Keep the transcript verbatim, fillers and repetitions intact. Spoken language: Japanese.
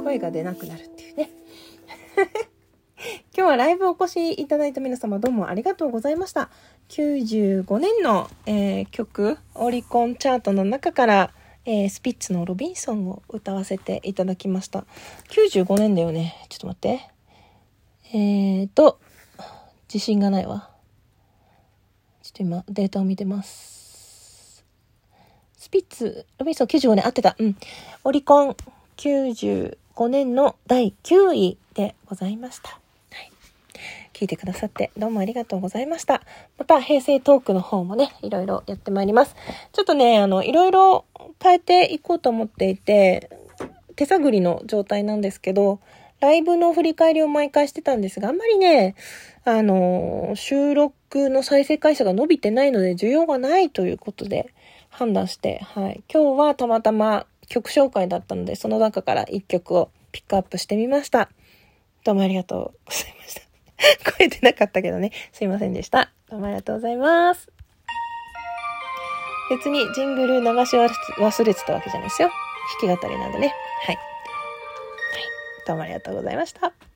声が出なくなるっていうね今日はライブお越しいただいた皆様どうもありがとうございました。きゅうじゅうごねんの、えー、曲オリコンチャートの中から、えー、スピッツのロビンソンを歌わせていただきました。きゅうじゅうごねんだよね。ちょっと待ってえーと自信がないわ。ちょっと今データを見てます。スピッツロビンソンきゅうじゅうごねん合ってた。うんオリコンきゅうじゅうごねんのだいきゅういでございました。聞いてくださってどうもありがとうございました。また平成トークの方もね、いろいろやってまいります。ちょっとね、あの、いろいろ変えていこうと思っていて、手探りの状態なんですけど、ライブの振り返りを毎回してたんですが、あんまりね、あの、収録の再生回数が伸びてないので、需要がないということで判断して、はい。今日はたまたま曲紹介だったので、その中からいっきょくをピックアップしてみました。どうもありがとうございました。声出なかったけどね。すいませんでした。どうもありがとうございます。別にジングル流し忘れてたわけじゃないですよ。弾き語りなんでね。はい。はい。どうもありがとうございました。